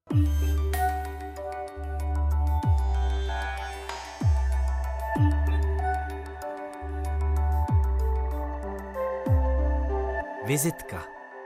Vizitka.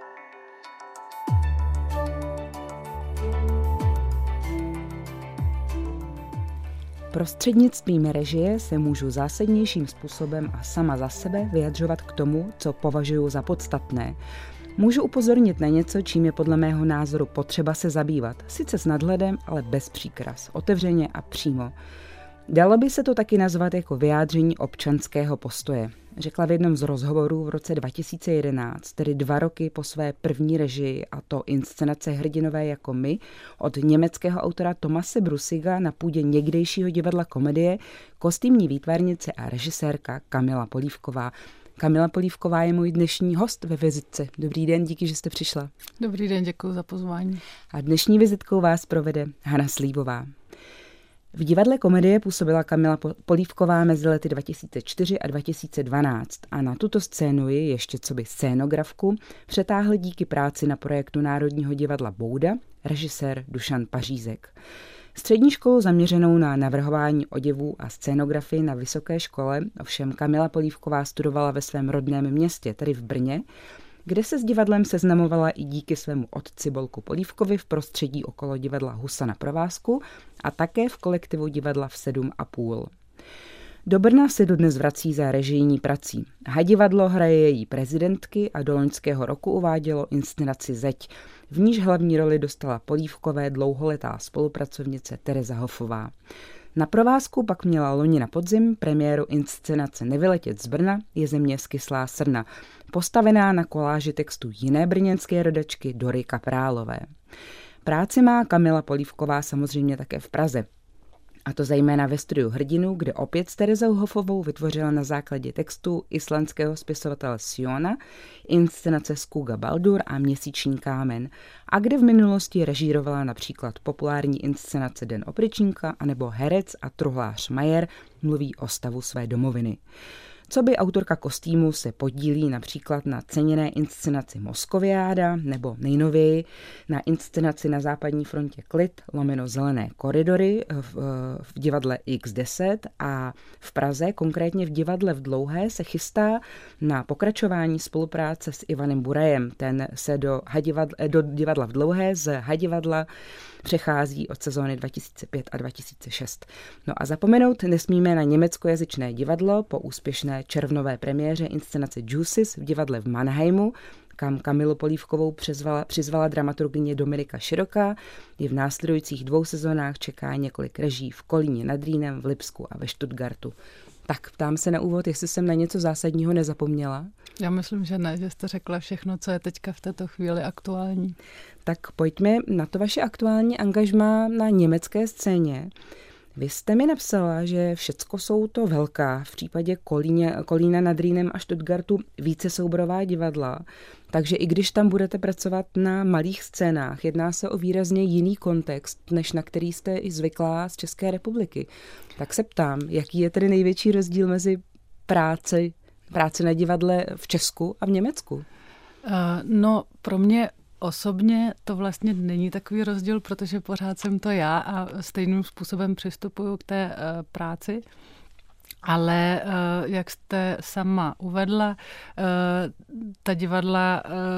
Prostřednictvím režie se můžu zásadnějším způsobem a sama za sebe vyjadřovat k tomu, co považuji za podstatné. Můžu upozornit na něco, čím je podle mého názoru potřeba se zabývat, sice s nadhledem, ale bez příkras, otevřeně a přímo. Dalo by se to taky nazvat jako vyjádření občanského postoje. Řekla v jednom z rozhovorů v roce 2011, tedy 2 roky po své první režii, a to inscenace Hrdinové jako my, od německého autora Thomase Brussiga na půdě někdejšího divadla Komedie, kostýmní výtvarnice a režisérka Kamila Polívková. Kamila Polívková je můj dnešní host ve vizitce. Dobrý den, díky, že jste přišla. Dobrý den, děkuji za pozvání. A dnešní vizitkou vás provede Hana Slívová. V divadle Komedie působila Kamila Polívková mezi lety 2004 a 2012 a na tuto scénu ji ještě coby scénografku přetáhl díky práci na projektu Národního divadla Bouda režisér Dušan Pařízek. Střední školu zaměřenou na navrhování oděvů a scénografii na vysoké škole ovšem Kamila Polívková studovala ve svém rodném městě, tedy v Brně, kde se s divadlem seznamovala i díky svému otci Bolku Polívkovi v prostředí okolo divadla Husa na provázku a také v kolektivu divadla v 7,5. Do Brna se dodnes vrací za režijní prací. Hadivadlo hraje její prezidentky a do loňského roku uvádělo inscenaci Zeď. V níž hlavní roli dostala Polívkové dlouholetá spolupracovnice Tereza Hofová. Na provázku pak měla loni na podzim premiéru inscenace Nevyletět z Brna je země skyslá srna, postavená na koláži textu jiné brněnské rodačky Dory Kaprálové. Práci má Kamila Polívková samozřejmě také v Praze. A to zejména ve studiu Hrdinů, kde opět s Terezou Hofovou vytvořila na základě textu islandského spisovatele Siona inscenace Skúga Baldur a Měsíční kámen, a kde v minulosti režírovala například populární inscenace Den opryčníka anebo herec a truhlář Majer mluví o stavu své domoviny. Coby autorka kostýmu se podílí například na ceněné inscenaci Moskoviáda nebo nejnověji na inscenaci Na západní frontě Klid / Zelené koridory v divadle X10 a v Praze, konkrétně v divadle v Dlouhé, se chystá na pokračování spolupráce s Ivanem Burajem. Ten se do divadla v Dlouhé z Hadivadla přechází od sezóny 2005 a 2006. No a zapomenout nesmíme na německojazyčné divadlo po úspěšné červnové premiéře inscenace Juices v divadle v Mannheimu, kam Kamilu Polívkovou přizvala dramaturgyně Dominika Široká. I v následujících 2 sezónách čeká několik reží v Kolíně nad Rýnem, v Lipsku a ve Stuttgartu. Tak ptám se na úvod, jestli jsem na něco zásadního nezapomněla. Já myslím, že ne, že jste řekla všechno, co je teďka v této chvíli aktuální. Tak pojďme na to vaše aktuální angažmá na německé scéně. Vy jste mi napsala, že všecko jsou to velká, v případě Kolína nad Rýnem a Stuttgartu více souborová divadla, takže i když tam budete pracovat na malých scénách, jedná se o výrazně jiný kontext, než na který jste i zvyklá z České republiky. Tak se ptám, jaký je tedy největší rozdíl mezi práci na divadle v Česku a v Německu? No, pro mě osobně to vlastně není takový rozdíl, protože pořád jsem to já a stejným způsobem přistupuju k té práci. Ale jak jste sama uvedla, ta divadla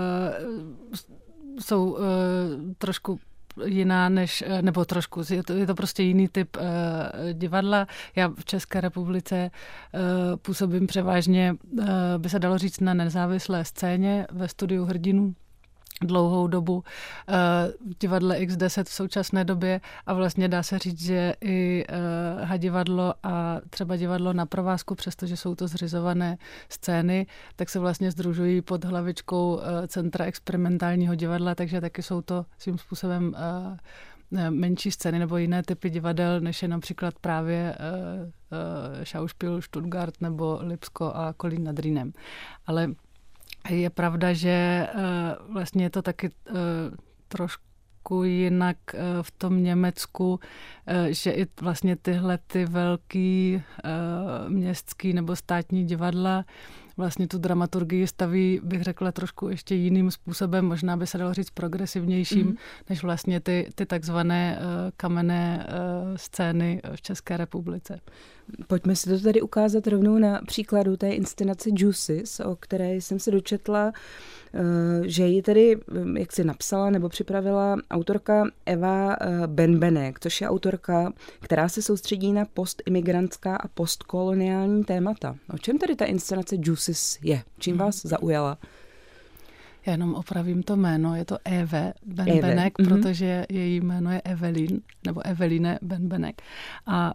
jsou trošku jiná je to prostě jiný typ divadla. Já v České republice působím převážně, by se dalo říct, na nezávislé scéně ve studiu Hrdinů dlouhou dobu, v divadle X10 v současné době a vlastně dá se říct, že i Hadivadlo a třeba divadlo na provázku, přestože jsou to zřizované scény, tak se vlastně sdružují pod hlavičkou Centra experimentálního divadla, takže taky jsou to svým způsobem menší scény nebo jiné typy divadel, než je například právě Schauspiel Stuttgart nebo Lipsko a Kolín nad Rýnem. Ale je pravda, že vlastně je to taky trošku jinak v tom Německu, že i vlastně tyhle ty velký městský nebo státní divadla vlastně tu dramaturgii staví, bych řekla, trošku ještě jiným způsobem, možná by se dalo říct progresivnějším, než vlastně ty takzvané kamenné scény v České republice. Pojďme si to tady ukázat rovnou na příkladu té inscenace Juices, o které jsem se dočetla, že ji tedy, jak si napsala nebo připravila autorka Eva Benbenek, což je autorka, která se soustředí na postimigrantská a postkoloniální témata. O čem tedy ta inscenace Juices je? Čím vás zaujala? Já jenom opravím to jméno, je to Eve Benbenek, protože její jméno je Evelyn, nebo Eveline Benbenek. A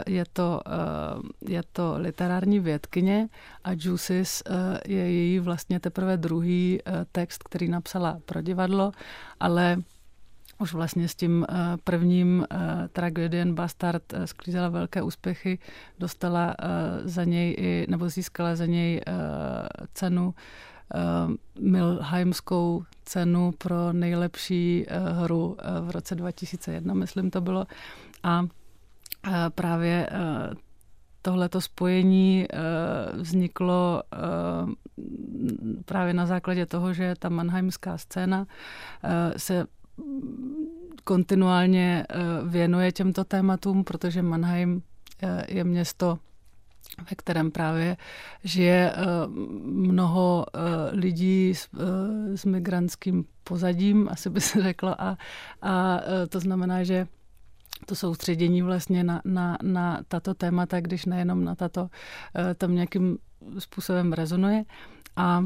je to literární vědkyně a Juices je její vlastně teprve druhý text, který napsala pro divadlo, ale už vlastně s tím prvním Tragedy and Bastard sklízela velké úspěchy, dostala za něj nebo získala za něj cenu Milheimskou cenu pro nejlepší hru v roce 2001, myslím to bylo. A právě tohleto spojení vzniklo právě na základě toho, že ta mannheimská scéna se kontinuálně věnuje těmto tématům, protože Mannheim je město, ve kterém právě žije mnoho lidí s migrantským pozadím, asi by se řeklo. A to znamená, že to soustředění vlastně na tato témata, když nejenom na tato, tam nějakým způsobem rezonuje. A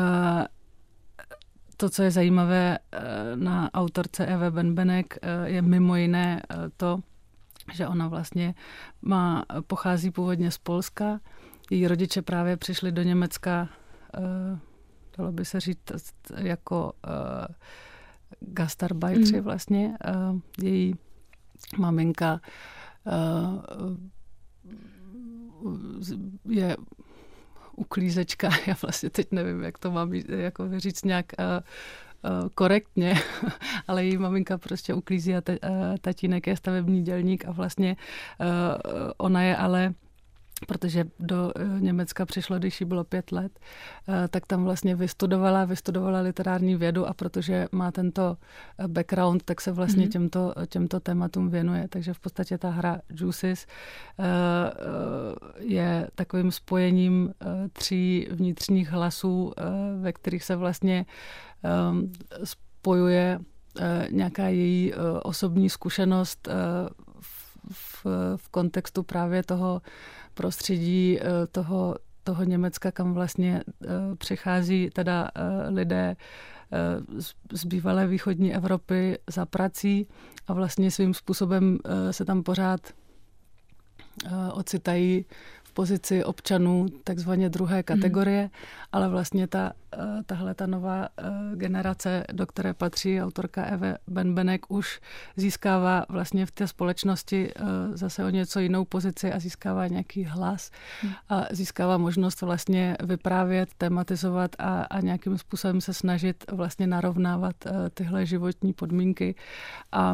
to, co je zajímavé na autorce Eve Benbenek, je mimo jiné to, že ona vlastně pochází původně z Polska. Její rodiče právě přišli do Německa, dalo by se říct, jako gastarbeitři vlastně. Její maminka je uklízečka, já vlastně teď nevím, jak to mám jako říct nějak korektně, ale její maminka prostě uklízí a tatínek je stavební dělník a vlastně ona je ale, protože do Německa přišlo, když jí bylo 5 let, tak tam vlastně vystudovala literární vědu a protože má tento background, tak se vlastně těmto tématům věnuje. Takže v podstatě ta hra Juices je takovým spojením 3 vnitřních hlasů, ve kterých se vlastně spojuje nějaká její osobní zkušenost v kontextu právě toho prostředí toho Německa, kam vlastně přichází teda lidé z bývalé východní Evropy za prací a vlastně svým způsobem se tam pořád ocitají v pozici občanů takzvaně druhé kategorie, ale vlastně tahle nová generace, do které patří autorka Eve Benbenek, už získává vlastně v té společnosti zase o něco jinou pozici a získává nějaký hlas a získává možnost vlastně vyprávět, tematizovat a nějakým způsobem se snažit vlastně narovnávat tyhle životní podmínky a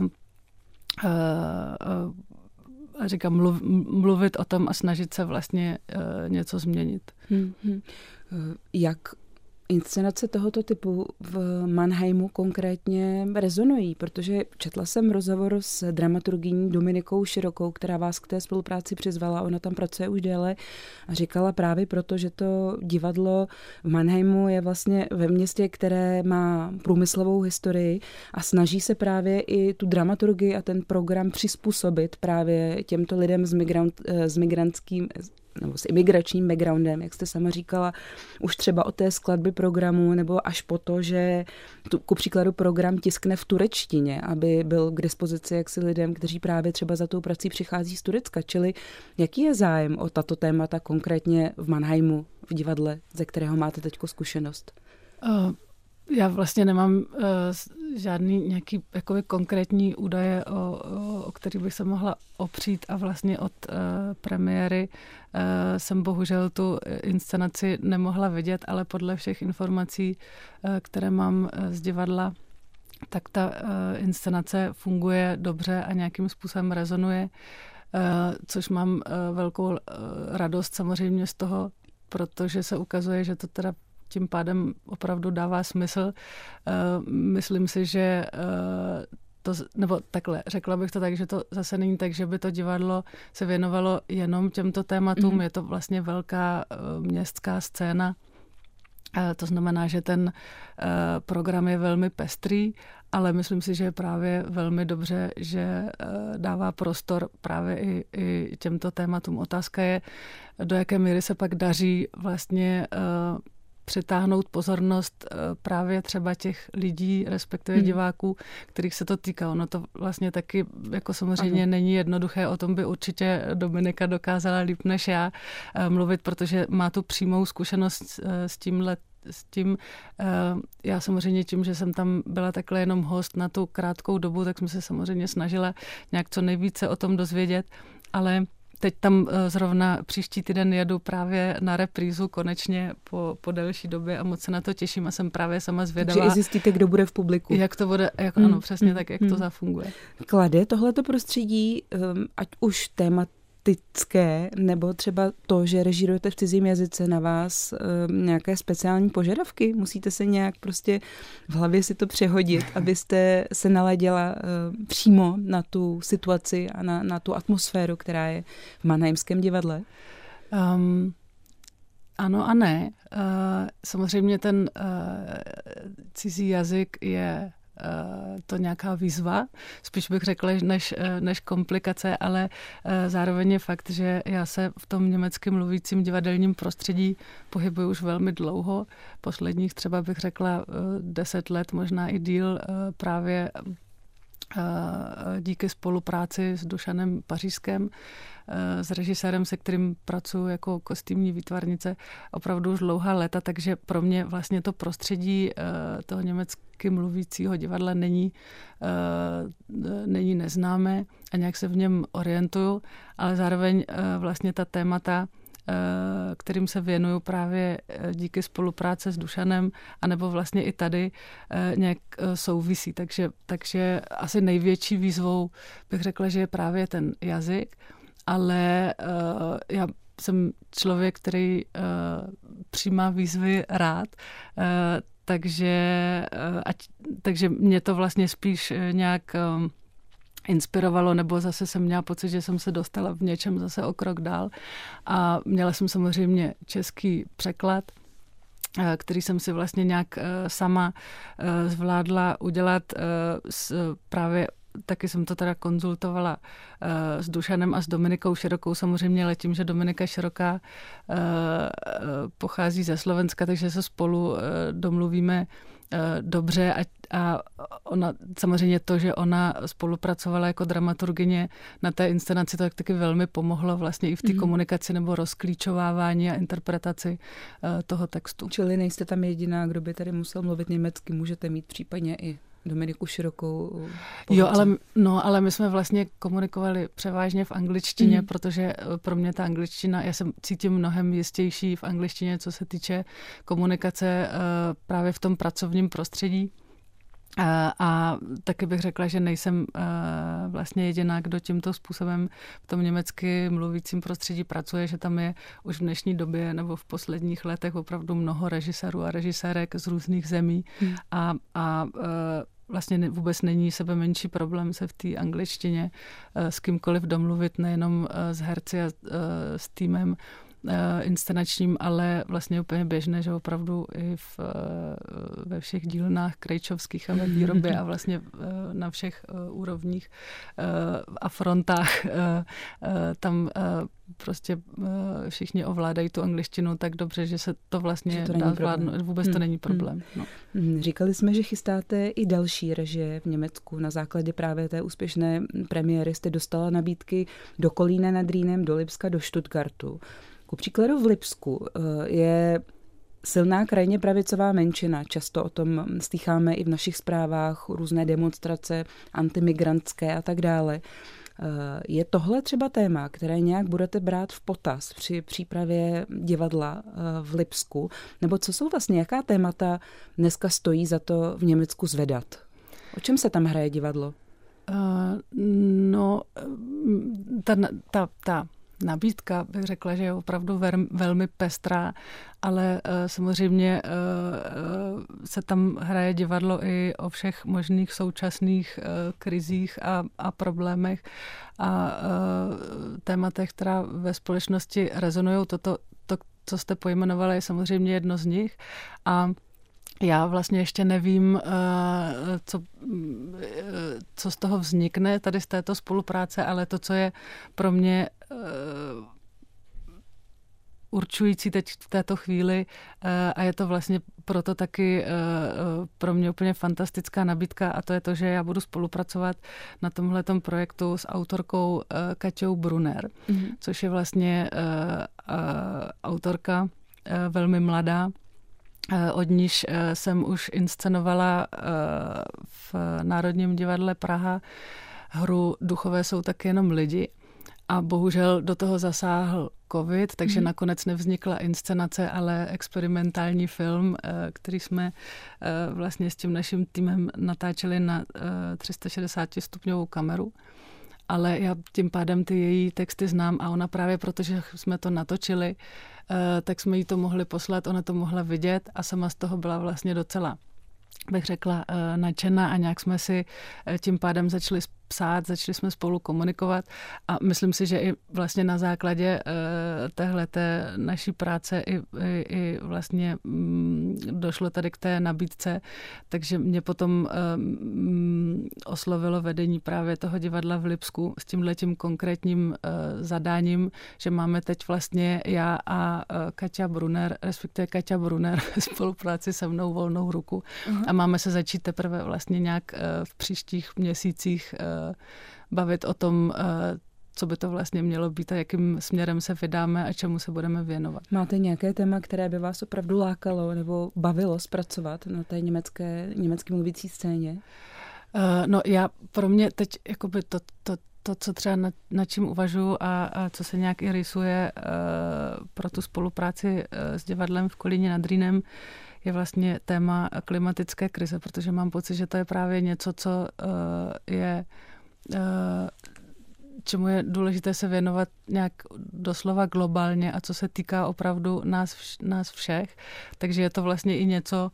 říkám, mluvit o tom a snažit se vlastně něco změnit. Jak inscenace tohoto typu v Mannheimu konkrétně rezonují? Protože četla jsem rozhovor s dramaturgyní Dominikou Širokou, která vás k té spolupráci přizvala. Ona tam pracuje už déle a říkala právě proto, že to divadlo v Mannheimu je vlastně ve městě, které má průmyslovou historii a snaží se právě i tu dramaturgii a ten program přizpůsobit právě těmto lidem s migrantským nebo s imigračním backgroundem, jak jste sama říkala, už třeba od té skladby programu, nebo až po to, že ku příkladu program tiskne v turečtině, aby byl k dispozici jaksi lidem, kteří právě třeba za tou prací přichází z Turecka. Čili jaký je zájem o tato témata konkrétně v Mannheimu, v divadle, ze kterého máte teďko zkušenost? Já vlastně nemám žádný nějaký jakoby konkrétní údaje, o který bych se mohla opřít a vlastně od premiéry jsem bohužel tu inscenaci nemohla vidět, ale podle všech informací, které mám z divadla, tak ta inscenace funguje dobře a nějakým způsobem rezonuje, což mám velkou radost samozřejmě z toho, protože se ukazuje, že to teda tím pádem opravdu dává smysl. Myslím si, že nebo takhle, řekla bych to tak, že to zase není tak, že by to divadlo se věnovalo jenom těmto tématům. Je to vlastně velká městská scéna. To znamená, že ten program je velmi pestrý, ale myslím si, že je právě velmi dobře, že dává prostor právě i těmto tématům. Otázka je, do jaké míry se pak daří vlastně přitáhnout pozornost právě třeba těch lidí, respektive diváků, kterých se to týká. Ono to vlastně taky jako samozřejmě není jednoduché, o tom by určitě Dominika dokázala líp než já mluvit, protože má tu přímou zkušenost s tím. Já samozřejmě tím, že jsem tam byla takhle jenom host na tu krátkou dobu, tak jsem se samozřejmě snažila nějak co nejvíce o tom dozvědět, ale teď tam zrovna příští týden jedu právě na reprízu konečně po delší době a moc se na to těším a jsem právě sama zvědavá. Takže i zjistíte, kdo bude v publiku. Jak to bude, ano, přesně tak, jak to zafunguje. Klade tohleto prostředí, ať už tematické, nebo třeba to, že režírujete v cizím jazyce, na vás nějaké speciální požadavky? Musíte se nějak prostě v hlavě si to přehodit, abyste se naladila přímo na tu situaci a na tu atmosféru, která je v Mannheimském divadle? Ano a ne. Samozřejmě ten cizí jazyk je to nějaká výzva, spíš bych řekla, než komplikace, ale zároveň je fakt, že já se v tom německy mluvícím divadelním prostředí pohybuji už velmi dlouho. Posledních třeba bych řekla 10 let, možná i díl, právě díky spolupráci s Dušanem Pařížském, s režisérem, se kterým pracuji jako kostýmní výtvarnice opravdu už dlouhá léta, takže pro mě vlastně to prostředí toho německy mluvícího divadla není neznámé a nějak se v něm orientuju, ale zároveň vlastně ta témata, kterým se věnuju právě díky spolupráce s Dušanem, anebo vlastně i tady nějak souvisí. Takže asi největší výzvou bych řekla, že je právě ten jazyk, ale já jsem člověk, který přijímá výzvy rád, takže mě to vlastně spíš nějak inspirovalo, nebo zase jsem měla pocit, že jsem se dostala v něčem zase o krok dál. A měla jsem samozřejmě český překlad, který jsem si vlastně nějak sama zvládla udělat právě. Taky jsem to teda konzultovala s Dušanem a s Dominikou Širokou samozřejmě, ale tím, že Dominika Široká pochází ze Slovenska, takže se spolu domluvíme dobře a ona, samozřejmě to, že ona spolupracovala jako dramaturgyně na té inscenaci, to taky velmi pomohlo vlastně i v té komunikaci nebo rozklíčovávání a interpretaci toho textu. Čili nejste tam jediná, kdo by tady musel mluvit německy, můžete mít případně i Dominiku Širokou. Jo, ale my jsme vlastně komunikovali převážně v angličtině, protože pro mě ta angličtina, já se cítím mnohem jistější v angličtině, co se týče komunikace právě v tom pracovním prostředí. A taky bych řekla, že nejsem vlastně jediná, kdo tímto způsobem v tom německy mluvícím prostředí pracuje, že tam je už v dnešní době nebo v posledních letech opravdu mnoho režisérů a režisérek z různých zemí a vlastně vůbec není sebe menší problém se v té angličtině s kýmkoliv domluvit, nejenom s herci a s týmem inscenačním, ale vlastně úplně běžné, že opravdu i ve všech dílnách krejčovských a ve výrobě a vlastně na všech úrovních a frontách tam prostě všichni ovládají tu angličtinu tak dobře, že se to vlastně dá zvládnout. Vůbec to není problém. No. Říkali jsme, že chystáte i další režie v Německu. Na základě právě té úspěšné premiéry jste dostala nabídky do Kolína nad Rýnem, do Lipska, do Stuttgartu. Ku příkladu v Lipsku je silná krajně pravicová menšina. Často o tom slýcháme i v našich zprávách, různé demonstrace antimigrantské a tak dále. Je tohle třeba téma, které nějak budete brát v potaz při přípravě divadla v Lipsku? Nebo co jsou vlastně, jaká témata dneska stojí za to v Německu zvedat? O čem se tam hraje divadlo? Ta nabídka bych řekla, že je opravdu velmi pestrá, ale samozřejmě se tam hraje divadlo i o všech možných současných krizích a problémech a tématech, která ve společnosti rezonují. To, co jste pojmenovali, je samozřejmě jedno z nich a já vlastně ještě nevím, co z toho vznikne tady z této spolupráce, ale to, co je pro mě určující teď v této chvíli a je to vlastně proto taky pro mě úplně fantastická nabídka a to je to, že já budu spolupracovat na tomhletom projektu s autorkou Kaťou Brunner, což je vlastně autorka velmi mladá. Od níž jsem už inscenovala v Národním divadle Praha hru Duchové jsou taky jenom lidi. A bohužel do toho zasáhl covid, takže nakonec nevznikla inscenace, ale experimentální film, který jsme vlastně s tím naším týmem natáčeli na 360-stupňovou kameru. Ale já tím pádem ty její texty znám a ona právě protože jsme to natočili, tak jsme jí to mohli poslat, ona to mohla vidět a sama z toho byla vlastně docela, bych řekla, nadšená a nějak jsme si tím pádem začali psát, začali jsme spolu komunikovat a myslím si, že i vlastně na základě téhleté naší práce i vlastně došlo tady k té nabídce, takže mě potom oslovilo vedení právě toho divadla v Lipsku s tímhletím konkrétním zadáním, že máme teď vlastně já a Kaťa Brunner, respektive Kaťa Brunner ve spolupráci se mnou volnou ruku a máme se začít teprve vlastně nějak v příštích měsících bavit o tom, co by to vlastně mělo být a jakým směrem se vydáme a čemu se budeme věnovat. Máte nějaké téma, které by vás opravdu lákalo nebo bavilo zpracovat na té německy mluvící scéně? No pro mě teď jakoby to, co třeba nad čím uvažuji a co se nějak i rysuje pro tu spolupráci s divadlem v Kolíně nad Rýnem, je vlastně téma klimatické krize, protože mám pocit, že to je právě něco, co je čemu je důležité se věnovat nějak doslova globálně a co se týká opravdu nás všech. Takže je to vlastně i něco,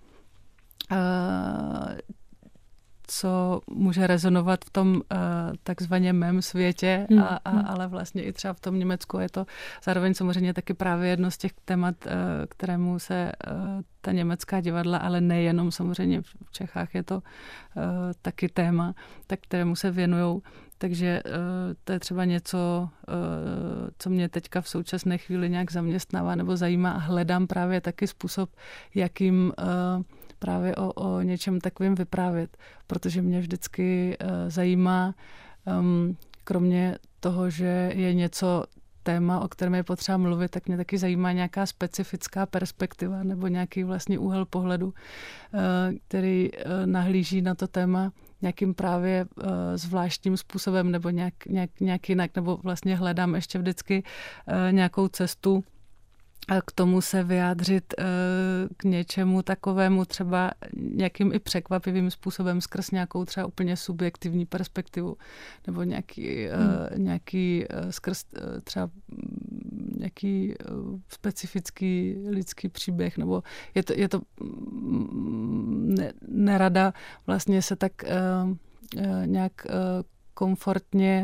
co může rezonovat v tom takzvaně mém světě, ale vlastně i třeba v tom Německu je to zároveň samozřejmě taky právě jedno z těch témat, kterému se ta německá divadla, ale nejenom samozřejmě v Čechách je to taky téma, tak kterému se věnujou. Takže to je třeba něco, co mě teďka v současné chvíli nějak zaměstnává nebo zajímá a hledám právě taky způsob, jakým právě o něčem takovým vyprávět, protože mě vždycky zajímá, kromě toho, že je něco téma, o kterém je potřeba mluvit, tak mě taky zajímá nějaká specifická perspektiva nebo nějaký vlastně úhel pohledu, který nahlíží na to téma nějakým právě zvláštním způsobem nebo nějak jinak, nebo vlastně hledám ještě vždycky nějakou cestu k tomu se vyjádřit k něčemu takovému třeba nějakým i překvapivým způsobem skrz nějakou třeba úplně subjektivní perspektivu nebo nějaký skrz třeba nějaký specifický lidský příběh nebo je to nerada vlastně se tak nějak komfortně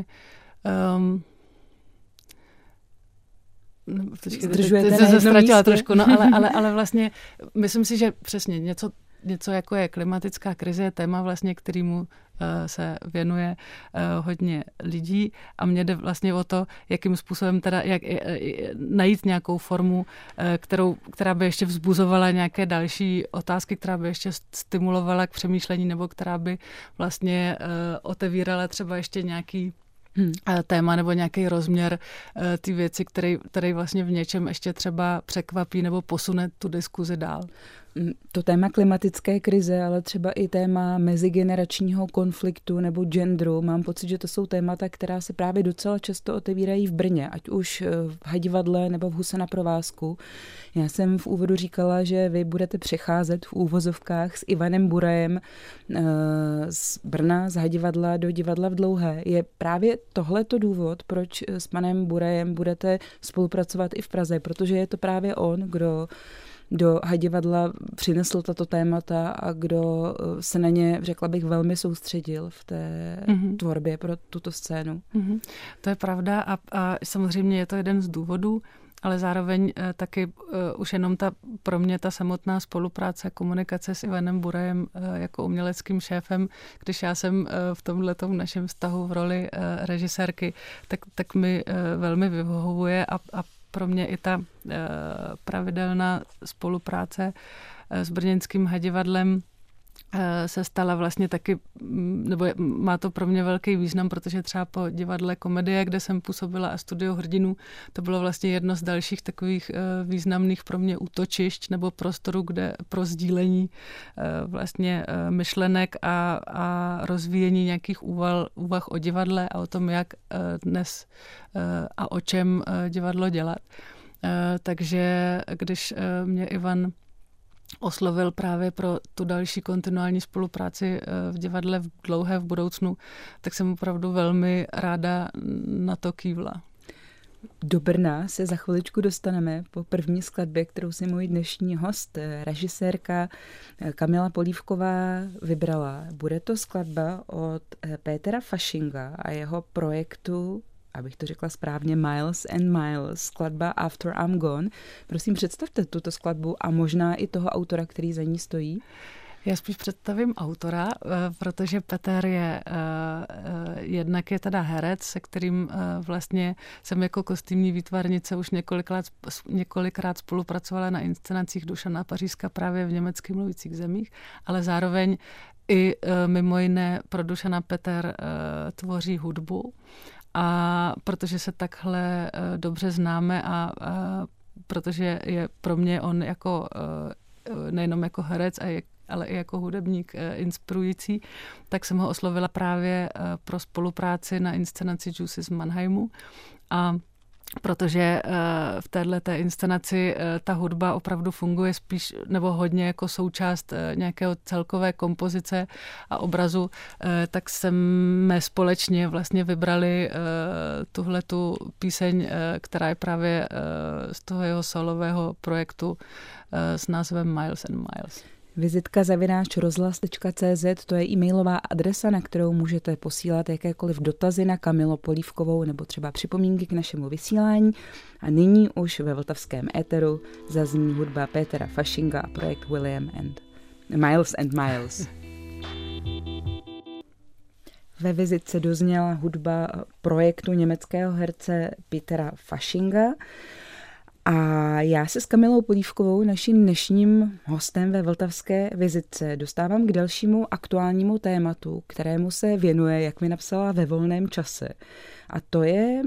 zdržujete se ztratila trošku, no, ale vlastně myslím si, že přesně něco jako je klimatická krize, je téma vlastně, kterému se věnuje hodně lidí a mně jde vlastně o to, jakým způsobem teda najít nějakou formu, která by ještě vzbuzovala nějaké další otázky, která by ještě stimulovala k přemýšlení nebo která by vlastně otevírala třeba ještě nějaký téma nebo nějaký rozměr ty věci, který vlastně v něčem ještě třeba překvapí nebo posune tu diskuzi dál. to téma klimatické krize, ale třeba i téma mezigeneračního konfliktu nebo genderu. Mám pocit, že to jsou témata, která se právě docela často otevírají v Brně, ať už v Hadivadle nebo v Huse na provázku. Já jsem v úvodu říkala, že vy budete přecházet v úvozovkách s Ivanem Burajem z Brna, z Hadivadla do divadla v Dlouhé. Je právě tohleto důvod, proč s panem Burajem budete spolupracovat i v Praze, protože je to právě on, kdo do Hadivadla přinesl tato témata a kdo se na ně, řekla bych, velmi soustředil v té tvorbě pro tuto scénu. To je pravda a samozřejmě je to jeden z důvodů, ale zároveň taky už jenom pro mě ta samotná spolupráce, komunikace s Ivanem Burajem jako uměleckým šéfem, když já jsem v tomhletom našem vztahu v roli režisérky, tak mi velmi vyhovuje a pro mě i ta pravidelná spolupráce s brněnským Hadivadlem se stala vlastně taky, nebo má to pro mě velký význam, protože třeba po divadle Komedie, kde jsem působila a Studio hrdinů, to bylo vlastně jedno z dalších takových významných pro mě útočišť nebo prostorů, kde pro sdílení vlastně myšlenek a rozvíjení nějakých úvah o divadle a o tom, jak dnes a o čem divadlo dělat. Takže když mě Ivan oslovil právě pro tu další kontinuální spolupráci v divadle v Dlouhé v budoucnu, tak jsem opravdu velmi ráda na to kývla. Do Brna se za chviličku dostaneme po první skladbě, kterou si můj dnešní host, režisérka Kamila Polívková vybrala. Bude to skladba od Pétera Faschinga a jeho projektu, abych to řekla správně, Miles and Miles, skladba After I'm Gone. Prosím, představte tuto skladbu a možná i toho autora, který za ní stojí. Já spíš představím autora, protože Peter je jednak je teda herec, se kterým vlastně jsem jako kostýmní výtvarnice už několikrát spolupracovala na inscenacích Dušana Pařízka právě v německy mluvících zemích, ale zároveň i mimo jiné pro Dušana Peter tvoří hudbu. A protože se takhle dobře známe a protože je pro mě on jako nejenom jako herec, ale i jako hudebník inspirující, tak jsem ho oslovila právě pro spolupráci na inscenaci Juicy z Mannheimu. A protože v téhleté inscenaci ta hudba opravdu funguje spíš nebo hodně jako součást nějakého celkové kompozice a obrazu, tak jsme společně vlastně vybrali tuhletu píseň, která je právě z toho jeho solového projektu s názvem Miles and Miles. vizitka@rozhlas.cz, to je e-mailová adresa, na kterou můžete posílat jakékoliv dotazy na Kamilu Polívkovou nebo třeba připomínky k našemu vysílání. A nyní už ve vltavském éteru zazní hudba Pétera Faschinga a projekt Miles and Miles. Ve vizitce dozněla hudba projektu německého herce Pétera Faschinga. A já se s Kamilou Polívkovou, naším dnešním hostem ve vltavské vizitce, dostávám k dalšímu aktuálnímu tématu, kterému se věnuje, jak mi napsala, ve volném čase. A to je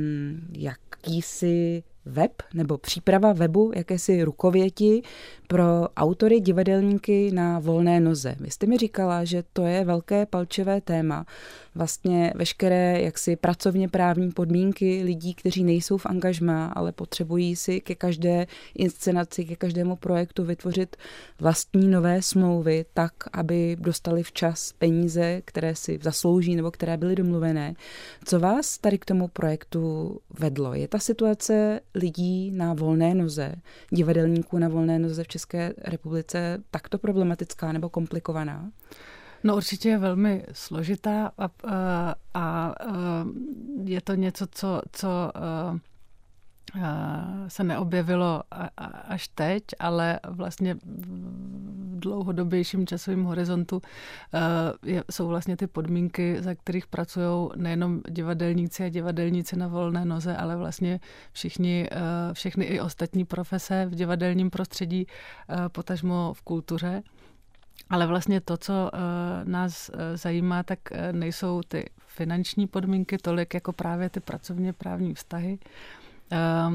jakýsi web nebo příprava webu, jakési rukověti pro autory, divadelníky na volné noze. Vy jste mi říkala, že to je velké palčivé téma. Vlastně veškeré jaksi pracovně právní podmínky lidí, kteří nejsou v angažmá, ale potřebují si ke každé inscenaci, ke každému projektu vytvořit vlastní nové smlouvy tak, aby dostali včas peníze, které si zaslouží nebo které byly domluvené. Co vás tady k tomu projektu vedlo? Je ta situace lidí na volné noze, divadelníků na volné noze v České republice takto problematická nebo komplikovaná? No určitě je velmi složitá a je to něco, co se neobjevilo až teď, ale vlastně v dlouhodobějším časovém horizontu jsou vlastně ty podmínky, za kterých pracují nejenom divadelníci a divadelníci na volné noze, ale vlastně všechny i ostatní profese v divadelním prostředí, potažmo v kultuře. Ale vlastně to, co nás zajímá, tak nejsou ty finanční podmínky tolik jako právě ty pracovně právní vztahy.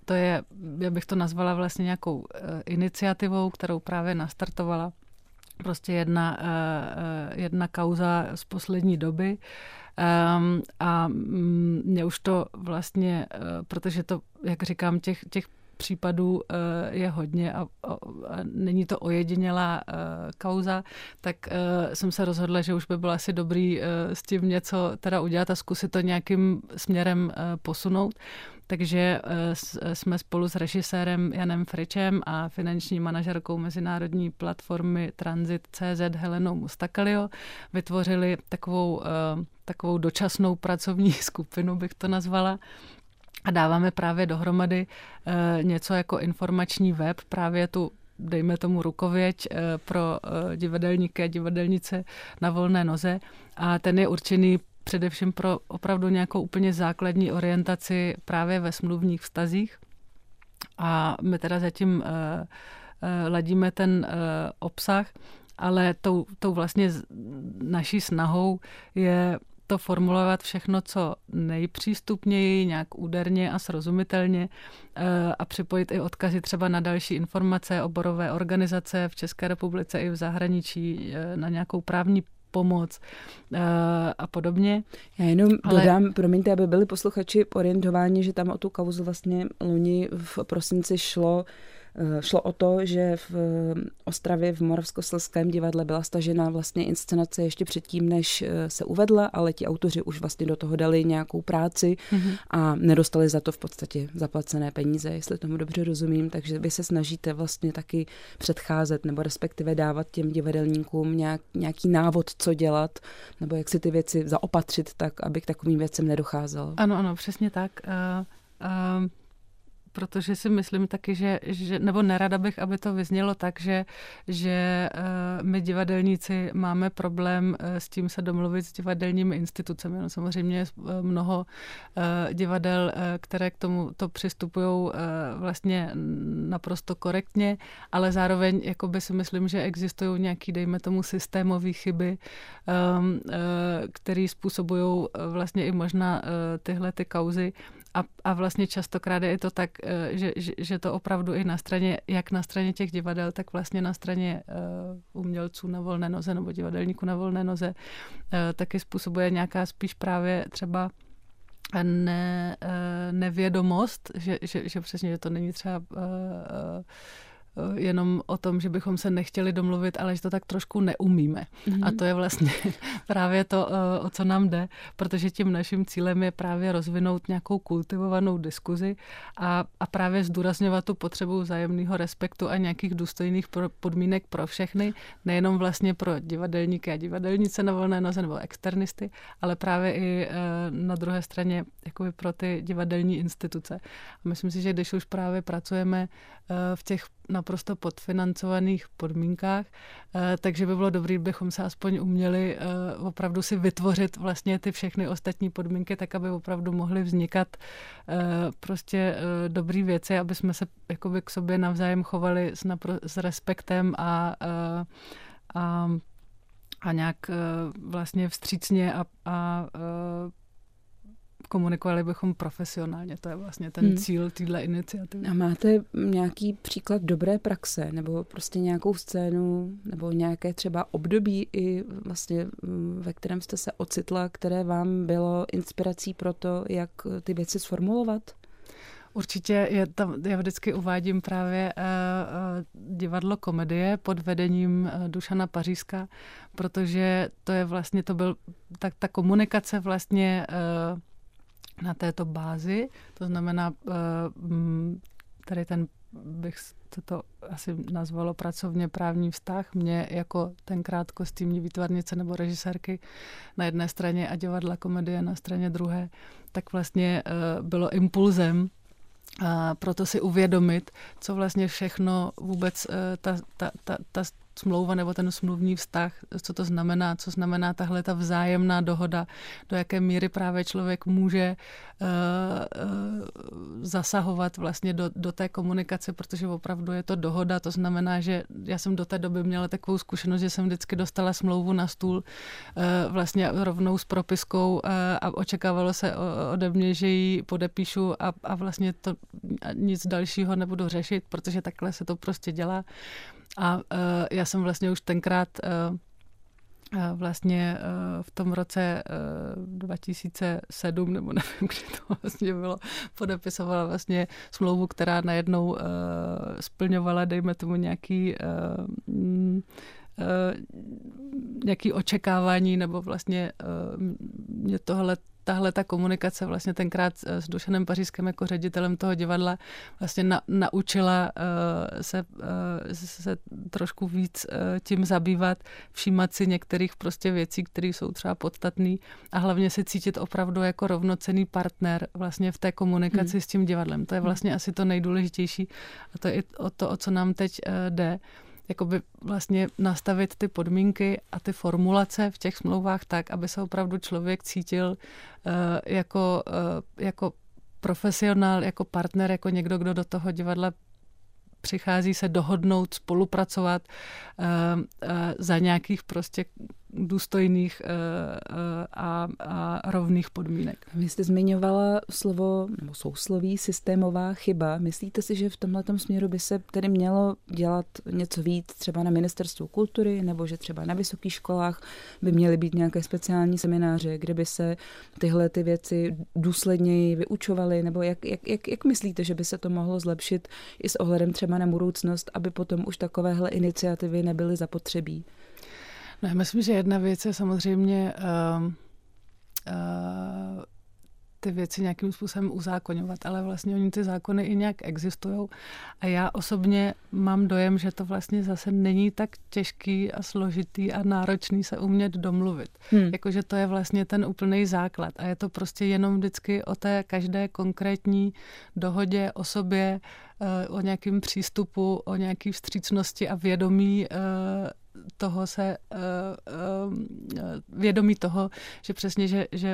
to je, já bych to nazvala vlastně nějakou iniciativou, kterou právě nastartovala prostě jedna kauza z poslední doby. A mě už to vlastně, protože to, jak říkám, těch případů je hodně a není to ojedinělá kauza, tak jsem se rozhodla, že už by bylo asi dobrý s tím něco teda udělat a zkusit to nějakým směrem posunout. Takže jsme spolu s režisérem Janem Fričem a finanční manažerkou mezinárodní platformy Transit.cz Helenou Mustakalio vytvořili takovou dočasnou pracovní skupinu, bych to nazvala. A dáváme právě dohromady něco jako informační web, právě tu, dejme tomu, rukověď pro divadelníky a divadelnice na volné noze. A ten je určený především pro opravdu nějakou úplně základní orientaci právě ve smluvních vztazích. A my teda zatím ladíme ten obsah, ale tou vlastně naší snahou je to formulovat všechno, co nejpřístupněji, nějak úderně a srozumitelně a připojit i odkazy třeba na další informace, oborové organizace v České republice i v zahraničí, na nějakou právní pomoc a podobně. Já jenom dodám, promiňte, aby byli posluchači orientováni, že tam o tu kauzu vlastně loni v prosinci šlo o to, že v Ostravě v Moravskoslezském divadle byla stažena vlastně inscenace ještě předtím, než se uvedla, ale ti autoři už vlastně do toho dali nějakou práci a nedostali za to v podstatě zaplacené peníze, jestli tomu dobře rozumím, takže vy se snažíte vlastně taky předcházet nebo respektive dávat těm divadelníkům nějaký návod, co dělat, nebo jak si ty věci zaopatřit tak, aby k takovým věcem nedocházelo. Ano, přesně tak. Protože si myslím taky, že nebo nerada bych, aby to vyznělo tak, že my divadelníci máme problém s tím se domluvit s divadelními institucemi. No, samozřejmě je mnoho divadel, které k tomu to přistupují vlastně naprosto korektně, ale zároveň jakoby si myslím, že existují nějaký, dejme tomu, systémové chyby, které způsobují vlastně i možná tyhle ty kauzy. A vlastně častokrát je to tak, že to opravdu i jak na straně těch divadel, tak vlastně na straně umělců na volné noze nebo divadelníků na volné noze taky způsobuje nějaká spíš právě třeba nevědomost, že přesně, že to není třeba jenom o tom, že bychom se nechtěli domluvit, ale že to tak trošku neumíme. A to je vlastně právě to, o co nám jde, protože tím naším cílem je právě rozvinout nějakou kultivovanou diskuzi a právě zdůrazňovat tu potřebu vzájemného respektu a nějakých důstojných podmínek pro všechny, nejenom vlastně pro divadelníky a divadelnice na volné noze nebo externisty, ale právě i na druhé straně jakoby pro ty divadelní instituce. A myslím si, že když už právě pracujeme v těch naprosto podfinancovaných podmínkách, takže by bylo dobré, bychom se aspoň uměli opravdu si vytvořit vlastně ty všechny ostatní podmínky, tak aby opravdu mohly vznikat prostě dobrý věci, aby jsme se jakoby k sobě navzájem chovali s respektem a nějak vlastně vstřícně a komunikovali bychom profesionálně. To je vlastně ten cíl téhle iniciativy. A máte nějaký příklad dobré praxe nebo prostě nějakou scénu nebo nějaké třeba období i vlastně, ve kterém jste se ocitla, které vám bylo inspirací pro to, jak ty věci sformulovat? Určitě já vždycky uvádím právě divadlo Komedie pod vedením Dušana Pařízka, protože to je vlastně, to byl ta komunikace vlastně na této bázi, to znamená, tady bych to asi nazvalo pracovně právní vztah, mě jako tenkrát kostýmní výtvarnice nebo režisérky na jedné straně a divadla Komedie na straně druhé, tak vlastně bylo impulzem proto si uvědomit, co vlastně všechno vůbec ta smlouva nebo ten smluvní vztah, co to znamená, co znamená tahle ta vzájemná dohoda, do jaké míry právě člověk může zasahovat vlastně do té komunikace, protože opravdu je to dohoda, to znamená, že já jsem do té doby měla takovou zkušenost, že jsem vždycky dostala smlouvu na stůl vlastně rovnou s propiskou a očekávalo se ode mě, že ji podepíšu a vlastně to nic dalšího nebudu řešit, protože takhle se to prostě dělá. A já jsem vlastně už tenkrát vlastně v tom roce 2007, nebo nevím, kdy to vlastně bylo, podepisovala vlastně smlouvu, která najednou splňovala, dejme tomu, nějaký očekávání, nebo vlastně mě tahle ta komunikace vlastně tenkrát s Dušanem Pařížským jako ředitelem toho divadla vlastně naučila se trošku víc tím zabývat, všímat si některých prostě věcí, které jsou třeba podstatné a hlavně se cítit opravdu jako rovnocenný partner vlastně v té komunikaci s tím divadlem. To je vlastně asi to nejdůležitější a to je i o co nám teď jde. Jakoby vlastně nastavit ty podmínky a ty formulace v těch smlouvách tak, aby se opravdu člověk cítil jako profesionál, jako partner, jako někdo, kdo do toho divadla přichází se dohodnout, spolupracovat za nějakých prostě důstojných a rovných podmínek. Vy jste zmiňovala slovo nebo sousloví systémová chyba. Myslíte si, že v tomhletom směru by se tedy mělo dělat něco víc třeba na Ministerstvu kultury nebo že třeba na vysokých školách by měly být nějaké speciální semináře, kde by se tyhle ty věci důsledněji vyučovaly? Nebo jak myslíte, že by se to mohlo zlepšit i s ohledem třeba na budoucnost, aby potom už takovéhle iniciativy nebyly zapotřebí? No, já myslím, že jedna věc je samozřejmě ty věci nějakým způsobem uzákoňovat, ale vlastně oni ty zákony i nějak existují. A já osobně mám dojem, že to vlastně zase není tak těžký a složitý a náročný se umět domluvit. Jakože to je vlastně ten úplný základ. A je to prostě jenom vždycky o té každé konkrétní dohodě, o sobě, o nějakém přístupu, o nějaké vstřícnosti a vědomí vědomí toho, že přesně, že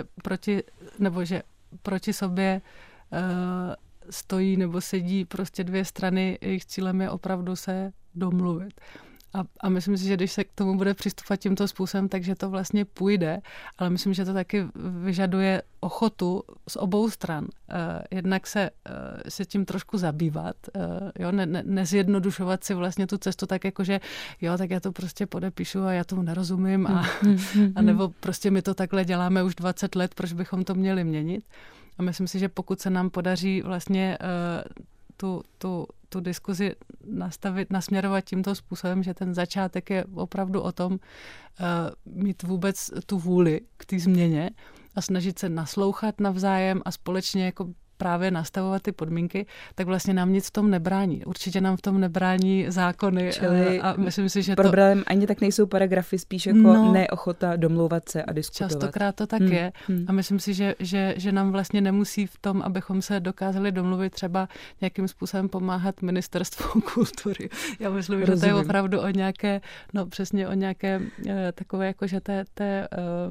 proti sobě stojí nebo sedí prostě dvě strany, jejich cílem je opravdu se domluvit. A myslím si, že když se k tomu bude přistupovat tímto způsobem, takže to vlastně půjde, ale myslím, že to taky vyžaduje ochotu z obou stran. Jednak se tím trošku zabývat, jo, nezjednodušovat si vlastně tu cestu tak jako, že jo, tak já to prostě podepíšu a já tomu nerozumím a nebo prostě my to takhle děláme už 20 let, proč bychom to měli měnit. A myslím si, že pokud se nám podaří vlastně tu diskuzi nasměrovat tímto způsobem, že ten začátek je opravdu o tom mít vůbec tu vůli k té změně a snažit se naslouchat navzájem a společně jako právě nastavovat ty podmínky, tak vlastně nám nic v tom nebrání. Určitě nám v tom nebrání zákony. Čili a myslím si, že problém ani tak nejsou paragrafy, spíš jako neochota domlouvat se a diskutovat. Častokrát to tak je. A myslím si, že nám vlastně nemusí v tom, abychom se dokázali domluvit, třeba nějakým způsobem pomáhat Ministerstvu kultury. Já myslím, že to je opravdu o nějaké, přesně o nějaké takové, jakože té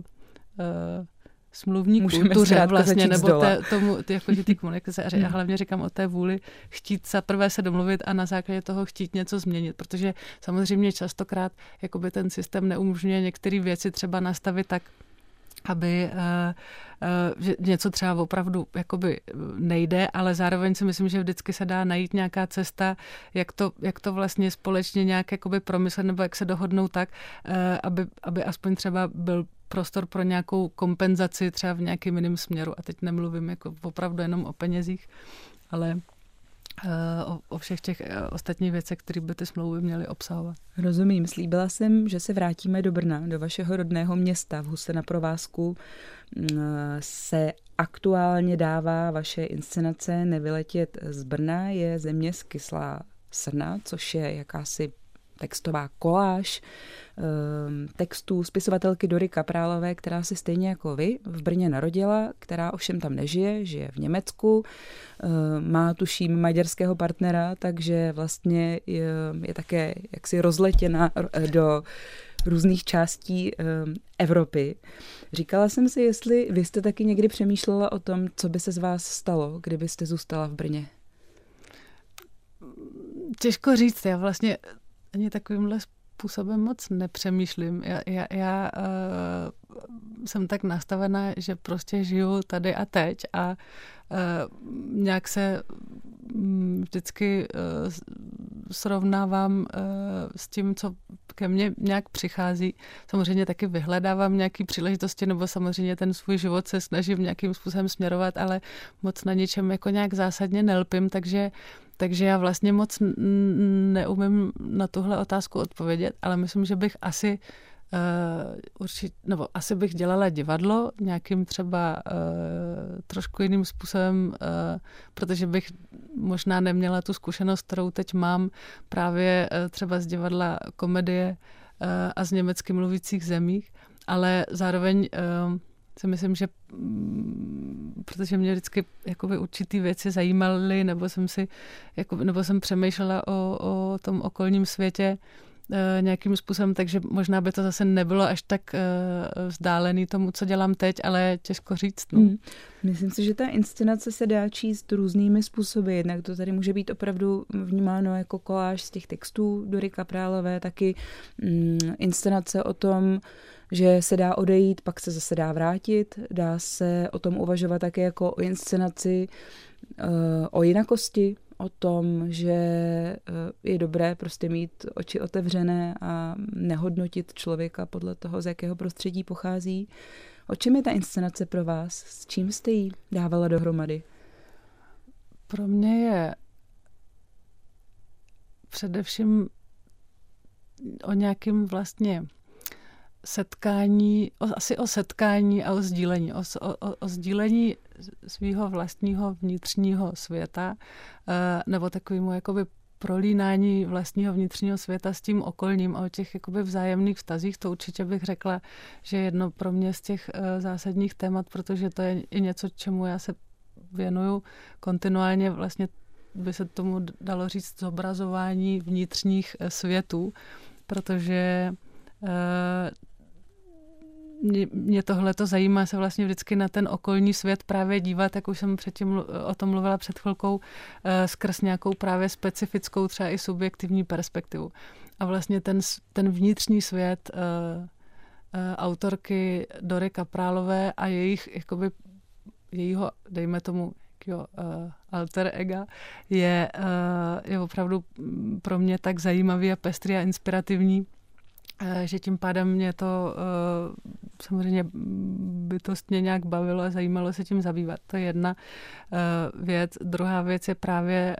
smluvní kultuře vlastně, nebo tomu, jakože ty komunikace. A hlavně říkám o té vůli chtít za prvé se domluvit a na základě toho chtít něco změnit, protože samozřejmě častokrát jakoby ten systém neumožňuje některé věci třeba nastavit tak, aby že něco třeba opravdu jakoby nejde, ale zároveň si myslím, že vždycky se dá najít nějaká cesta, jak to vlastně společně nějak jakoby promyslet, nebo jak se dohodnou tak, aby aspoň třeba byl prostor pro nějakou kompenzaci třeba v nějakém jiném směru. A teď nemluvím jako opravdu jenom o penězích, ale o všech těch ostatních věcech, které by ty smlouvy měly obsahovat. Rozumím. Slíbila jsem, že se vrátíme do Brna, do vašeho rodného města. V Huse na Provázku se aktuálně dává vaše inscenace Nevyletět z Brna, je země skyslá srna, což je jakási textová koláž textů spisovatelky Dory Kaprálové, která se stejně jako vy v Brně narodila, která ovšem tam nežije, žije v Německu, má tuším maďarského partnera, takže vlastně je také jaksi rozletěna do různých částí Evropy. Říkala jsem si, jestli vy jste taky někdy přemýšlela o tom, co by se z vás stalo, kdybyste zůstala v Brně. Těžko říct, já vlastně ani takovýmhle způsobem moc nepřemýšlím. Já jsem tak nastavená, že prostě žiju tady a teď a nějak se vždycky srovnávám s tím, co ke mně nějak přichází. Samozřejmě taky vyhledávám nějaké příležitosti, nebo samozřejmě ten svůj život se snažím nějakým způsobem směrovat, ale moc na něčem jako nějak zásadně nelpím, takže já vlastně moc neumím na tuhle otázku odpovědět, ale myslím, že bych asi asi bych dělala divadlo nějakým třeba trošku jiným způsobem, protože bych možná neměla tu zkušenost, kterou teď mám právě třeba z divadla komedie a z německy mluvících zemích, ale zároveň si myslím, že protože mě vždycky jakoby určitý věci zajímaly, nebo jsem přemýšlela o tom okolním světě nějakým způsobem, takže možná by to zase nebylo až tak vzdálený tomu, co dělám teď, ale těžko říct. No. Myslím si, že ta inscenace se dá číst různými způsoby. Jednak to tady může být opravdu vnímáno jako koláž z těch textů Dory Kaprálové, taky inscenace o tom, že se dá odejít, pak se zase dá vrátit. Dá se o tom uvažovat také jako o inscenaci, o jinakosti, o tom, že je dobré prostě mít oči otevřené a nehodnotit člověka podle toho, z jakého prostředí pochází. O čem je ta inscenace pro vás? S čím jste ji dávala dohromady? Pro mě je především o nějakém vlastně setkání, asi o setkání a o sdílení. O sdílení svého vlastního vnitřního světa nebo takovému jakoby prolínání vlastního vnitřního světa s tím okolním a o těch jakoby vzájemných vztazích. To určitě bych řekla, že je jedno pro mě z těch zásadních témat, protože to je i něco, čemu já se věnuju kontinuálně. Vlastně by se tomu dalo říct zobrazování vnitřních světů, protože mě tohleto zajímá se vlastně vždycky na ten okolní svět právě dívat, jak už jsem předtím o tom mluvila před chvilkou, skrz nějakou právě specifickou, třeba i subjektivní perspektivu. A vlastně ten vnitřní svět autorky Dory Kaprálové a jejího, dejme tomu, alter ega, je opravdu pro mě tak zajímavý a pestrý a inspirativní, že tím pádem mě to samozřejmě bytostně nějak bavilo a zajímalo se tím zabývat. To je jedna věc. Druhá věc je právě,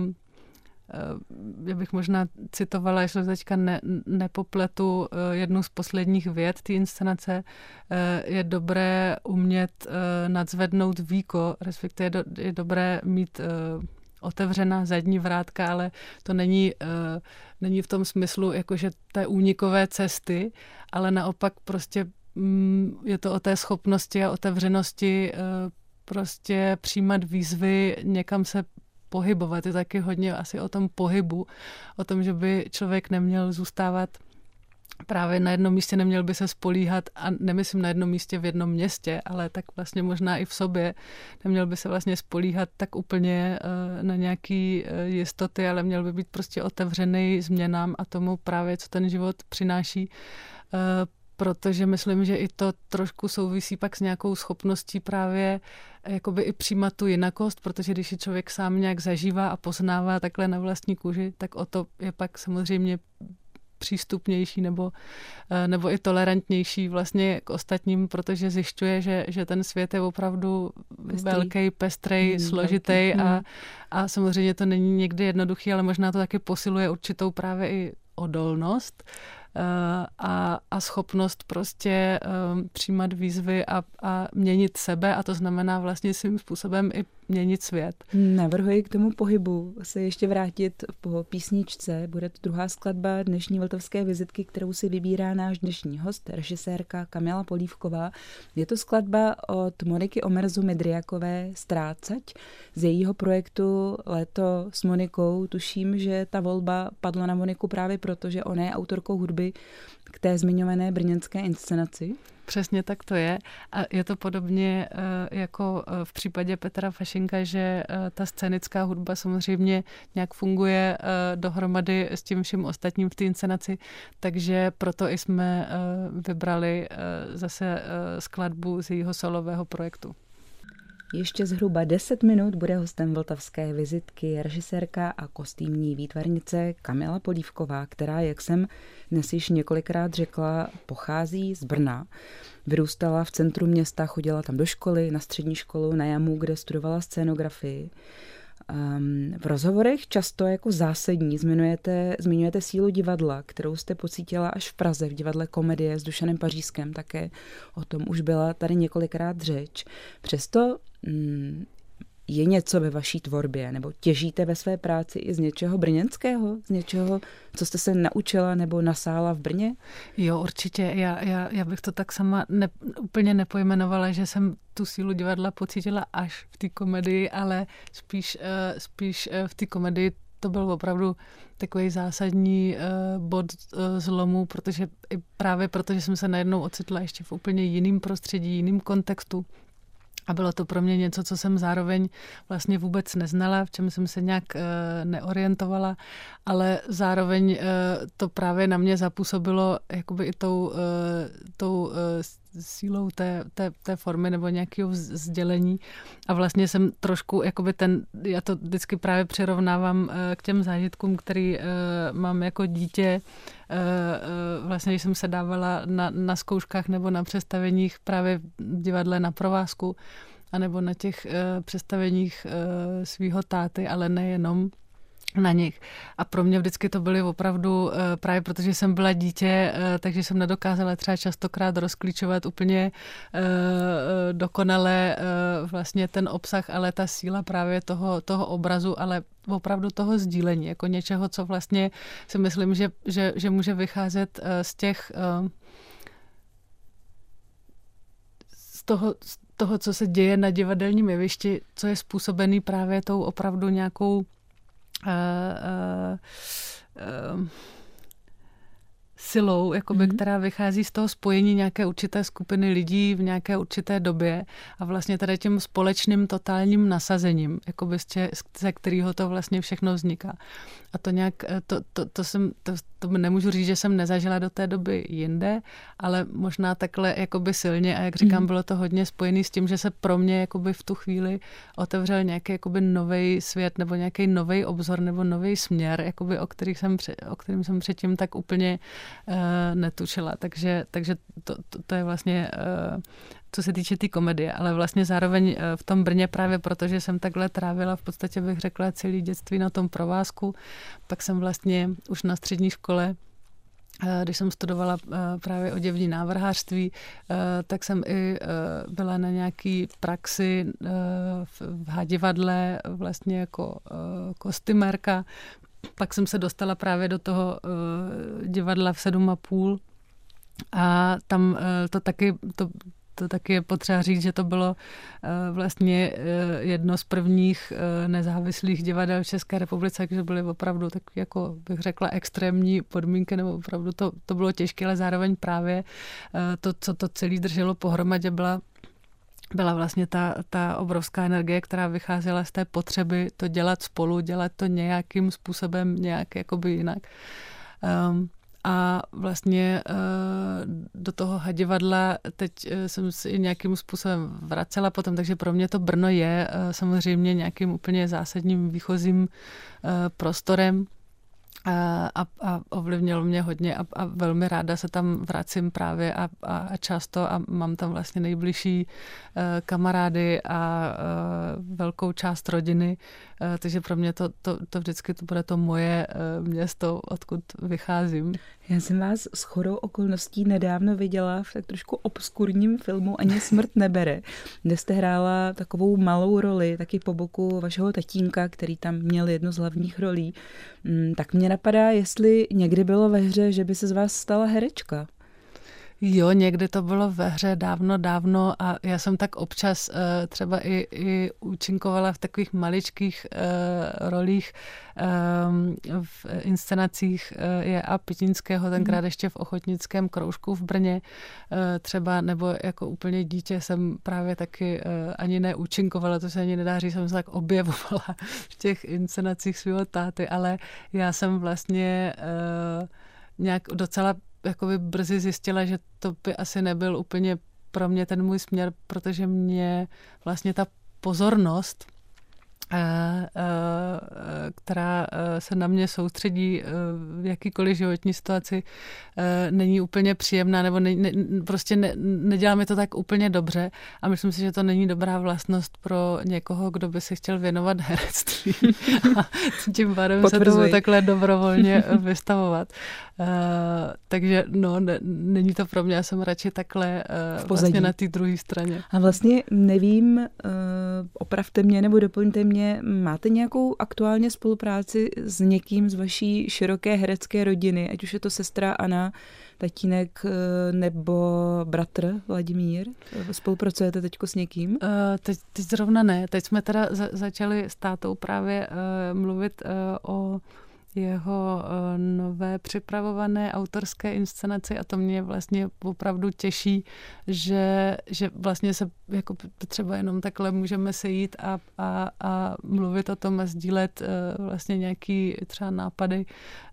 já bych možná citovala, jestli teďka nepopletu jednu z posledních vět té inscenace, je dobré umět nadzvednout víko, respektive je dobré mít otevřená zadní vrátka, ale to není v tom smyslu, jakože té únikové cesty, ale naopak prostě je to o té schopnosti a otevřenosti prostě přijímat výzvy, někam se pohybovat. Je taky hodně asi o tom pohybu, o tom, že by člověk neměl zůstávat právě na jednom místě, neměl by se spolíhat, a nemyslím na jednom místě v jednom městě, ale tak vlastně možná i v sobě. Neměl by se vlastně spolíhat tak úplně na nějaký jistoty, ale měl by být prostě otevřený změnám a tomu právě, co ten život přináší. Protože myslím, že i to trošku souvisí pak s nějakou schopností právě jakoby i přijímat tu jinakost, protože když je člověk sám nějak zažívá a poznává takhle na vlastní kůži, tak o to je pak samozřejmě přístupnější nebo i tolerantnější vlastně k ostatním, protože zjišťuje, že ten svět je opravdu velký, pestrej, složitý a samozřejmě to není někdy jednoduchý, ale možná to taky posiluje určitou právě i odolnost a schopnost prostě přijímat výzvy a měnit sebe, a to znamená vlastně svým způsobem i měnit svět. Navrhuji k tomu pohybu se ještě vrátit po písničce. Bude to druhá skladba dnešní Vltavské vizitky, kterou si vybírá náš dnešní host, režisérka Kamila Polívková. Je to skladba od Moniky Omerzu-Midriakové Ztrácať. Z jejího projektu Léto s Monikou tuším, že ta volba padla na Moniku právě proto, že ona je autorkou hudby k té zmiňované brněnské inscenaci. Přesně tak to je. A je to podobně jako v případě Petra Fašinka, že ta scénická hudba samozřejmě nějak funguje dohromady s tím vším ostatním v té inscenaci, takže proto i jsme vybrali zase skladbu z jejího solového projektu. Ještě zhruba 10 minut bude hostem Vltavské vizitky režisérka a kostýmní výtvarnice Kamila Polívková, která, jak jsem dnes již několikrát řekla, pochází z Brna. Vyrůstala v centru města, chodila tam do školy, na střední školu, na Jamu, kde studovala scénografii. V rozhovorech často jako zásadní zmiňujete sílu divadla, kterou jste pocítila až v Praze v divadle Komedie s Dušanem Pařížským, také o tom už byla tady několikrát řeč. Přesto je něco ve vaší tvorbě, nebo těžíte ve své práci i z něčeho brněnského, z něčeho, co jste se naučila nebo nasála v Brně? Jo, určitě. Já bych to tak sama úplně nepojmenovala, že jsem tu sílu divadla pocítila až v té komedii, ale spíš v té komedii to byl opravdu takový zásadní bod zlomu, právě protože jsem se najednou ocitla ještě v úplně jiném prostředí, jiném kontextu. A bylo to pro mě něco, co jsem zároveň vlastně vůbec neznala, v čem jsem se nějak neorientovala, ale zároveň to právě na mě zapůsobilo jakoby i tou sílou té formy nebo nějakého sdělení. A vlastně jsem trošku, jakoby já to vždycky právě přirovnávám k těm zážitkům, který mám jako dítě, vlastně, když jsem se dávala na zkouškách nebo na představeních právě v divadle Na provázku, anebo na těch představeních svýho táty, ale nejenom na nich. A pro mě vždycky to byly opravdu, právě protože jsem byla dítě, takže jsem nedokázala třeba častokrát rozklíčovat úplně dokonale vlastně ten obsah, ale ta síla právě toho obrazu, ale opravdu toho sdílení, jako něčeho, co vlastně si myslím, že může vycházet z toho, co se děje na divadelním jevišti, co je způsobený právě tou opravdu nějakou silou, jakoby, která vychází z toho spojení nějaké určité skupiny lidí v nějaké určité době a vlastně tady tím společným totálním nasazením, jakoby ze kterého to vlastně všechno vzniká. A to nějak, to nemůžu říct, že jsem nezažila do té doby jinde, ale možná takhle jakoby silně a jak říkám, bylo to hodně spojený s tím, že se pro mě jakoby v tu chvíli otevřel nějaký jakoby novej svět nebo nějaký novej obzor nebo novej směr, jakoby, o kterým jsem předtím tak úplně netušila. Takže to je vlastně co se týče té komedie, ale vlastně zároveň v tom Brně právě protože jsem takhle trávila v podstatě bych řekla celé dětství na tom provázku, pak jsem vlastně už na střední škole, když jsem studovala právě oděvní návrhářství, tak jsem i byla na nějaký praxi v Hadivadle vlastně jako kostymérka. Pak jsem se dostala právě do toho divadla v 7,5 a tam to taky je potřeba říct, že to bylo vlastně jedno z prvních nezávislých divadel v České republice, takže byly opravdu tak, jako bych řekla, extrémní podmínky, nebo opravdu to bylo těžké, ale zároveň právě to, co to celé drželo pohromadě, byla vlastně ta obrovská energie, která vycházela z té potřeby to dělat spolu, dělat to nějakým způsobem, nějak jakoby jinak. A vlastně do toho Hadivadla teď jsem si nějakým způsobem vracela potom, takže pro mě to Brno je samozřejmě nějakým úplně zásadním výchozím prostorem a ovlivnilo mě hodně a velmi ráda se tam vracím právě a často a mám tam vlastně nejbližší kamarády a velkou část rodiny, takže pro mě to vždycky to bude to moje město, odkud vycházím. Já jsem vás shodou okolností nedávno viděla v tak trošku obskurním filmu Ani smrt nebere, kde jste hrála takovou malou roli, taky po boku vašeho tatínka, který tam měl jednu z hlavních rolí. Tak mě napadá, jestli někdy bylo ve hře, že by se z vás stala herečka. Jo, někdy to bylo ve hře dávno a já jsem tak občas třeba i účinkovala v takových maličkých rolích v inscenacích J.A. Pitínského, tenkrát ještě v Ochotnickém kroužku v Brně třeba, nebo jako úplně dítě jsem právě taky ani neúčinkovala, to se ani nedá říct, jsem se tak objevovala v těch inscenacích svého táty, ale já jsem vlastně nějak docela jakoby brzy zjistila, že to by asi nebyl úplně pro mě ten můj směr, protože mě vlastně ta pozornost, která se na mě soustředí v jakýkoliv životní situaci, není úplně příjemná, nebo prostě nedělá mi to tak úplně dobře a myslím si, že to není dobrá vlastnost pro někoho, kdo by se chtěl věnovat herectví a tím pádem se tomu takhle dobrovolně vystavovat. Takže není to pro mě, já jsem radši takhle vlastně na té druhé straně. A vlastně nevím, opravte mě nebo doplňte mě, máte nějakou aktuálně spolupráci s někým z vaší široké herecké rodiny, ať už je to sestra Anna, tatínek nebo bratr Vladimír? Spolupracujete teďko s někým? Teď zrovna ne. Teď jsme teda začali s tátou právě mluvit o jeho nové připravované autorské inscenaci a to mě vlastně opravdu těší, že vlastně se jako třeba jenom takhle můžeme sejít a mluvit o tom a sdílet vlastně nějaký třeba nápady,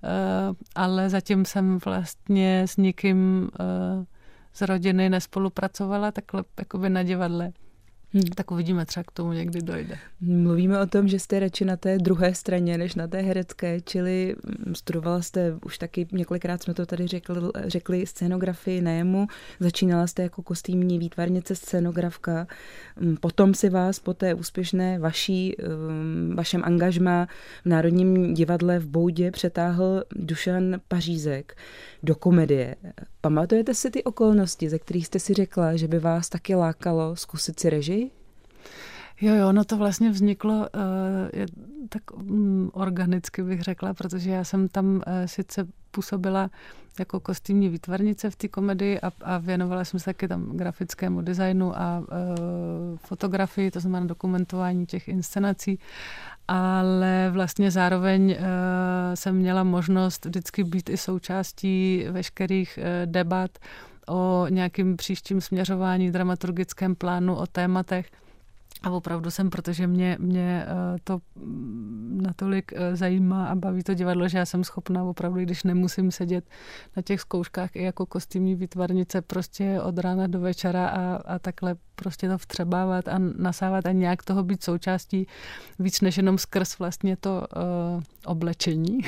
ale zatím jsem vlastně s nikým z rodiny nespolupracovala takhle jakoby na divadle. Tak uvidíme, třeba k tomu někdy dojde. Mluvíme o tom, že jste radši na té druhé straně, než na té herecké, čili studovala jste, už taky několikrát jsme to tady řekli scénografii najemu, začínala jste jako kostýmní výtvarnice, scénografka, potom si vás po té úspěšné vašem angažmá v Národním divadle v Boudě přetáhl Dušan Pařízek do komedie. Pamatujete si ty okolnosti, ze kterých jste si řekla, že by vás taky lákalo zkusit si režii? Jo, no to vlastně vzniklo tak organicky bych řekla, protože já jsem tam sice působila jako kostýmní výtvarnice v té komedii a věnovala jsem se taky tam grafickému designu a fotografii, to znamená dokumentování těch inscenací, ale vlastně zároveň jsem měla možnost vždycky být i součástí veškerých debat o nějakým příštím směřování, dramaturgickém plánu, o tématech. A opravdu jsem, protože mě to natolik zajímá a baví to divadlo, že já jsem schopná opravdu, když nemusím sedět na těch zkouškách i jako kostýmní výtvarnice prostě od rána do večera a takhle prostě to vtřebávat a nasávat a nějak toho být součástí víc než jenom skrz vlastně to oblečení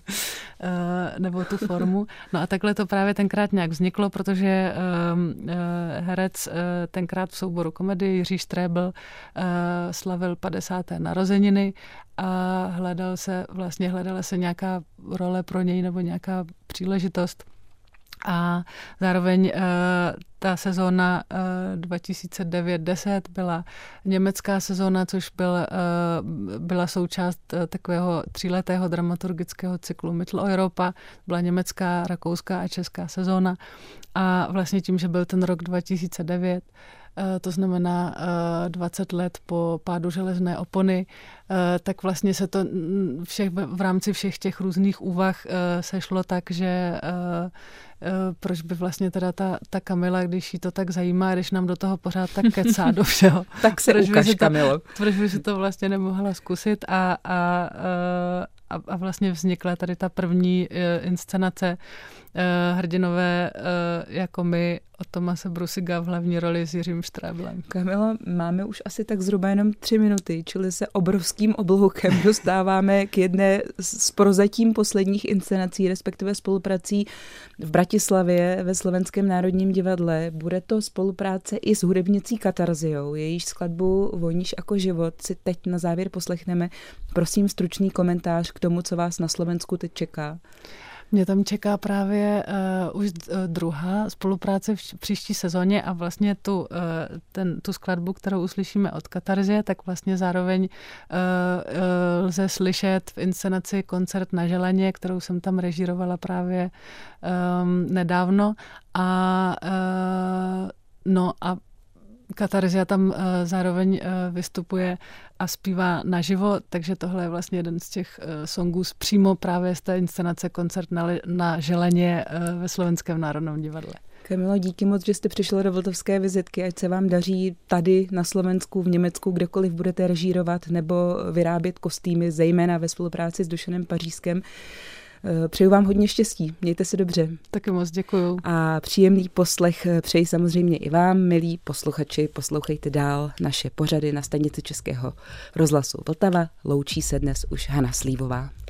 nebo tu formu. No a takhle to právě tenkrát nějak vzniklo, protože herec tenkrát v souboru komedie Jiří Štrébl slavil 50. narozeniny a hledala se nějaká role pro něj nebo nějaká příležitost. A zároveň ta sezóna 2009-10 byla německá sezóna, což byla součást takového 3letého dramaturgického cyklu Mitteleuropa. Byla německá, rakouská a česká sezóna. A vlastně tím, že byl ten rok 2009, to znamená 20 let po pádu železné opony, tak vlastně se to v rámci všech těch různých úvah sešlo tak, že proč by vlastně teda ta Kamila, když jí to tak zajímá, když nám do toho pořád tak kecá do všeho. Tak se ukaž, Kamilo. Proč by si to vlastně nemohla zkusit a vlastně vznikla tady ta první inscenace hrdinové jako my od Tomase Brusiga v hlavní roli s Jiřím Štréblem. Kamilo, máme už asi tak zhruba jenom 3 minuty, čili se obrovským obloukem dostáváme k jedné z prozatím posledních inscenací, respektive spoluprací v Bratislavě ve Slovenském národním divadle. Bude to spolupráce i s hudebnicí Katarziou. Jejíž skladbu Voníš jako život si teď na závěr poslechneme. Prosím stručný komentář k tomu, co vás na Slovensku teď čeká. Mě tam čeká právě už druhá spolupráce v příští sezóně a vlastně tu skladbu, kterou uslyšíme od Katarzie, tak vlastně zároveň lze slyšet v inscenaci Koncert na Želeně, kterou jsem tam režírovala právě nedávno a Katarzia tam zároveň vystupuje a zpívá naživo, takže tohle je vlastně jeden z těch songů přímo právě z té inscenace Koncert na Želeně ve Slovenském národním divadle. Kamilo, díky moc, že jste přišla do Vltavské vizitky, ať se vám daří tady na Slovensku, v Německu, kdekoliv budete režírovat nebo vyrábět kostýmy, zejména ve spolupráci s Dušanem Pařížskem. Přeju vám hodně štěstí, mějte se dobře. Taky moc děkuju. A příjemný poslech přeji samozřejmě i vám, milí posluchači, poslouchejte dál naše pořady na stanici Českého rozhlasu Vltava. Loučí se dnes už Hana Slívová.